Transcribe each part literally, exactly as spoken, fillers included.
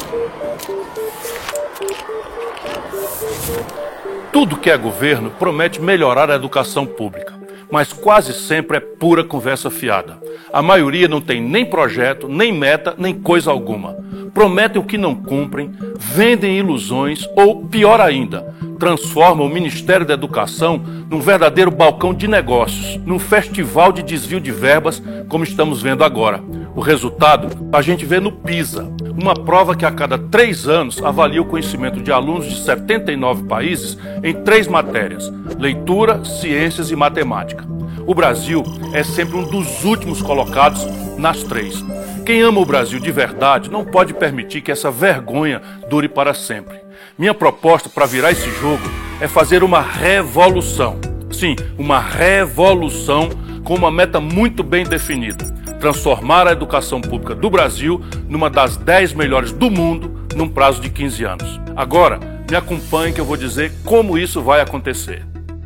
Tudo que é governo promete melhorar a educação pública, mas quase sempre é pura conversa fiada. A maioria não tem nem projeto, nem meta, nem coisa alguma. Prometem o que não cumprem, vendem ilusões ou, pior ainda, transformam o Ministério da Educação num verdadeiro balcão de negócios, num festival de desvio de verbas, como estamos vendo agora. O resultado a gente vê no PISA, uma prova que a cada três anos avalia o conhecimento de alunos de setenta e nove países em três matérias: leitura, ciências e matemática. O Brasil é sempre um dos últimos colocados nas três. Quem ama o Brasil de verdade não pode permitir que essa vergonha dure para sempre. Minha proposta para virar esse jogo é fazer uma revolução. Sim, uma revolução com uma meta muito bem definida: transformar a educação pública do Brasil numa das dez melhores do mundo num prazo de quinze anos. Agora, me acompanhe que eu vou dizer como isso vai acontecer.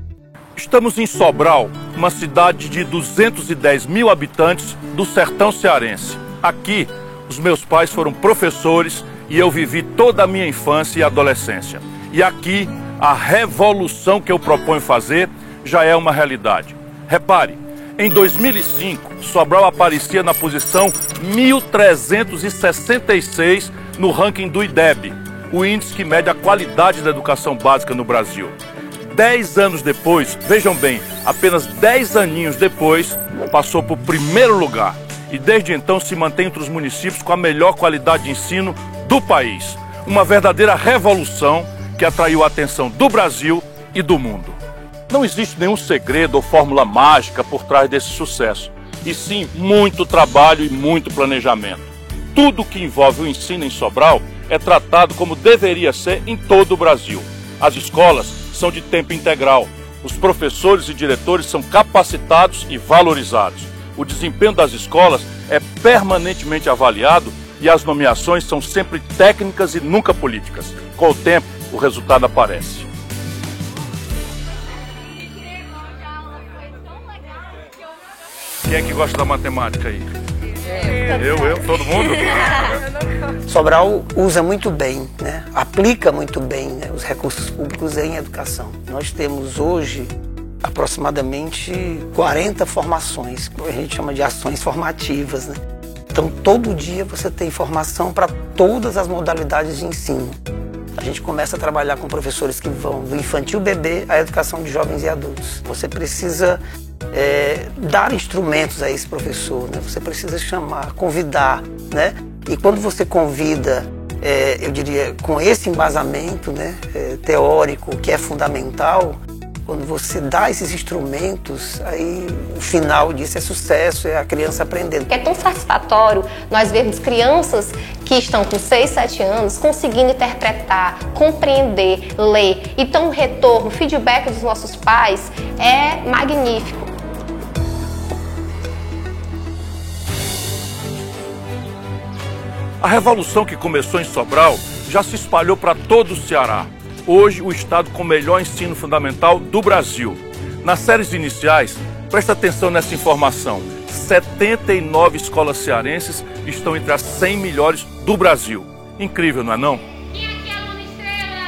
Estamos em Sobral, uma cidade de duzentos e dez mil habitantes do sertão cearense. Aqui, os meus pais foram professores e eu vivi toda a minha infância e adolescência. E aqui, a revolução que eu proponho fazer já é uma realidade. Repare, em dois mil e cinco, Sobral aparecia na posição mil trezentos e sessenta e seis no ranking do I D E B, o índice que mede a qualidade da educação básica no Brasil. Dez anos depois, vejam bem, apenas dez aninhos depois, passou para o primeiro lugar. E desde então se mantém entre os municípios com a melhor qualidade de ensino do país. Uma verdadeira revolução que atraiu a atenção do Brasil e do mundo. Não existe nenhum segredo ou fórmula mágica por trás desse sucesso, e sim muito trabalho e muito planejamento. Tudo que envolve o ensino em Sobral é tratado como deveria ser em todo o Brasil. As escolas são de tempo integral, os professores e diretores são capacitados e valorizados. O desempenho das escolas é permanentemente avaliado e as nomeações são sempre técnicas e nunca políticas. Com o tempo, o resultado aparece. Quem é que gosta da matemática aí? Eu, eu, todo mundo? Sobral usa muito bem, né? Aplica muito bem, né, os recursos públicos em educação. Nós temos hoje aproximadamente quarenta formações, que a gente chama de ações formativas, né? Então, todo dia você tem formação para todas as modalidades de ensino. A gente começa a trabalhar com professores que vão do infantil bebê à educação de jovens e adultos. Você precisa é, dar instrumentos a esse professor, né? Você precisa chamar, convidar, né? E quando você convida, é, eu diria, com esse embasamento, né, é, teórico, que é fundamental, quando você dá esses instrumentos, aí o final disso é sucesso, é a criança aprendendo. É tão satisfatório nós vermos crianças que estão com seis, sete anos conseguindo interpretar, compreender, ler. Então o retorno, o feedback dos nossos pais é magnífico. A revolução que começou em Sobral já se espalhou para todo o Ceará. Hoje, o estado com o melhor ensino fundamental do Brasil. Nas séries iniciais, presta atenção nessa informação: setenta e nove escolas cearenses estão entre as cem melhores do Brasil. Incrível, não é não? E aqui é aluno estrela!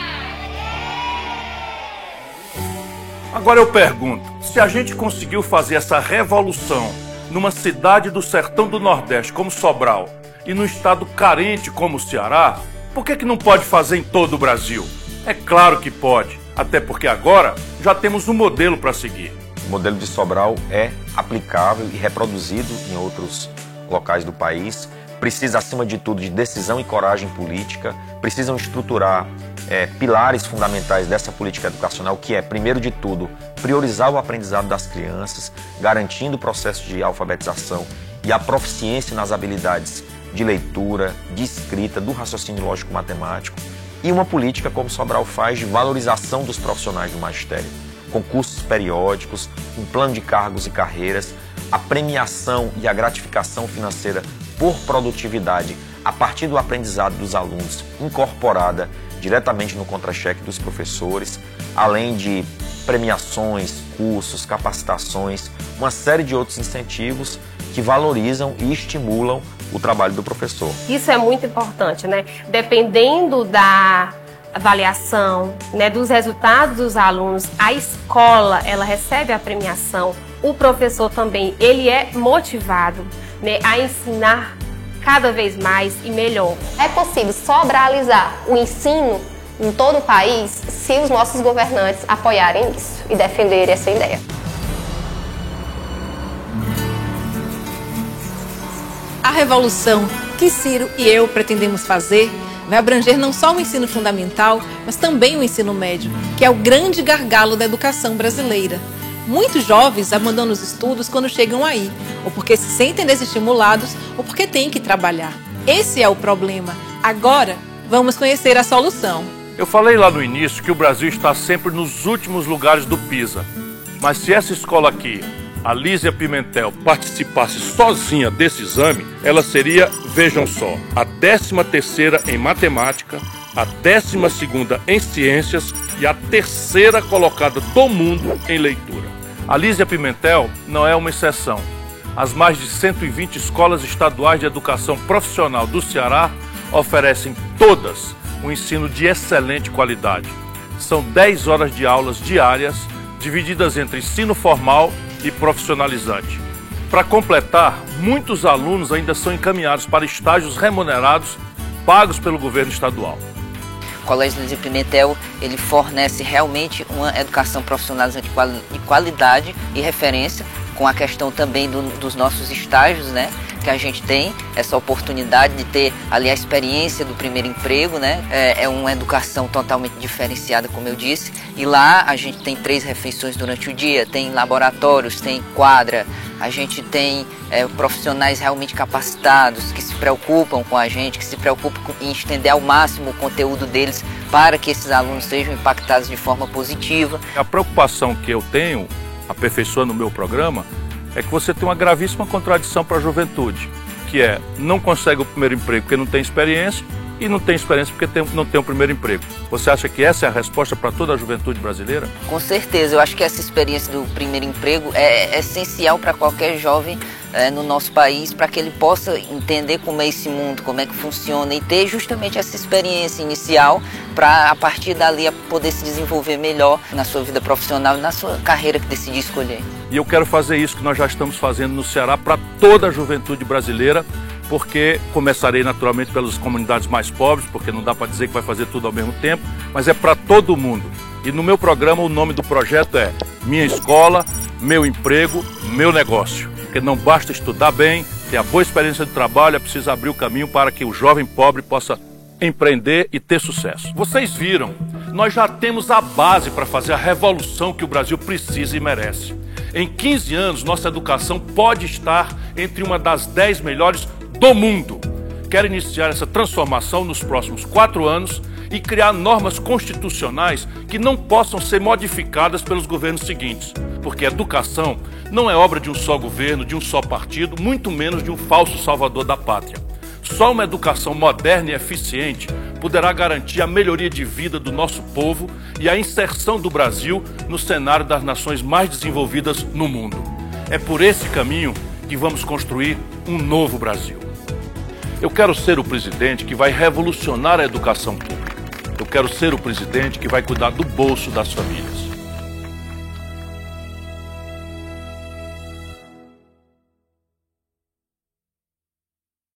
Agora eu pergunto, se a gente conseguiu fazer essa revolução numa cidade do sertão do Nordeste como Sobral e num estado carente como o Ceará, por que que não pode fazer em todo o Brasil? É claro que pode, até porque agora já temos um modelo para seguir. O modelo de Sobral é aplicável e reproduzido em outros locais do país. Precisa, acima de tudo, de decisão e coragem política. Precisam estruturar é, pilares fundamentais dessa política educacional, que é, primeiro de tudo, priorizar o aprendizado das crianças, garantindo o processo de alfabetização e a proficiência nas habilidades de leitura, de escrita, do raciocínio lógico-matemático. E uma política, como Sobral faz, de valorização dos profissionais do magistério, concursos periódicos, um plano de cargos e carreiras, a premiação e a gratificação financeira por produtividade a partir do aprendizado dos alunos, incorporada diretamente no contra-cheque dos professores, além de premiações, cursos, capacitações, uma série de outros incentivos que valorizam e estimulam o trabalho do professor. Isso é muito importante, né? Dependendo da avaliação, né, dos resultados dos alunos, a escola, ela recebe a premiação, o professor também, ele é motivado, né, a ensinar cada vez mais e melhor. É possível sobralizar o ensino em todo o país se os nossos governantes apoiarem isso e defenderem essa ideia. A revolução que Ciro e eu pretendemos fazer vai abranger não só o ensino fundamental, mas também o ensino médio, que é o grande gargalo da educação brasileira. Muitos jovens abandonam os estudos quando chegam aí, ou porque se sentem desestimulados, ou porque têm que trabalhar. Esse é o problema. Agora, vamos conhecer a solução. Eu falei lá no início que o Brasil está sempre nos últimos lugares do PISA. Mas se essa escola aqui, a Lísia Pimentel, participasse sozinha desse exame, ela seria, vejam só, a décima terceira em matemática, a décima segunda em ciências e a terceira colocada do mundo em leitura. A Lísia Pimentel não é uma exceção. As mais de cento e vinte escolas estaduais de educação profissional do Ceará oferecem todas um ensino de excelente qualidade. São dez horas de aulas diárias, divididas entre ensino formal e profissionalizante. Para completar, muitos alunos ainda são encaminhados para estágios remunerados, pagos pelo governo estadual. O Colégio Lísia Pimentel, ele fornece realmente uma educação profissionalizante de qualidade e referência, com a questão também do, dos nossos estágios, né? Que a gente tem essa oportunidade de ter ali a experiência do primeiro emprego, né? É, é uma educação totalmente diferenciada, como eu disse. E lá a gente tem três refeições durante o dia, tem laboratórios, tem quadra, a gente tem é, profissionais realmente capacitados, que se preocupam com a gente, que se preocupam em estender ao máximo o conteúdo deles para que esses alunos sejam impactados de forma positiva. A preocupação que eu tenho, aperfeiçoando o meu programa, é que você tem uma gravíssima contradição para a juventude, que é, não consegue o primeiro emprego porque não tem experiência e não tem experiência porque tem, não tem o primeiro emprego. Você acha que essa é a resposta para toda a juventude brasileira? Com certeza, eu acho que essa experiência do primeiro emprego é, é essencial para qualquer jovem é, no nosso país, para que ele possa entender como é esse mundo, como é que funciona e ter justamente essa experiência inicial para, a partir dali, poder se desenvolver melhor na sua vida profissional e na sua carreira que decidir escolher. E eu quero fazer isso que nós já estamos fazendo no Ceará para toda a juventude brasileira, porque começarei naturalmente pelas comunidades mais pobres, porque não dá para dizer que vai fazer tudo ao mesmo tempo, mas é para todo mundo. E no meu programa o nome do projeto é Minha Escola, Meu Emprego, Meu Negócio. Porque não basta estudar bem, ter a boa experiência de trabalho, é preciso abrir o caminho para que o jovem pobre possa empreender e ter sucesso. Vocês viram, nós já temos a base para fazer a revolução que o Brasil precisa e merece. Em quinze anos, nossa educação pode estar entre uma das dez melhores do mundo. Quero iniciar essa transformação nos próximos quatro anos e criar normas constitucionais que não possam ser modificadas pelos governos seguintes, porque a educação não é obra de um só governo, de um só partido, muito menos de um falso salvador da pátria. Só uma educação moderna e eficiente poderá garantir a melhoria de vida do nosso povo e a inserção do Brasil no cenário das nações mais desenvolvidas no mundo. É por esse caminho que vamos construir um novo Brasil. Eu quero ser o presidente que vai revolucionar a educação pública. Eu quero ser o presidente que vai cuidar do bolso das famílias.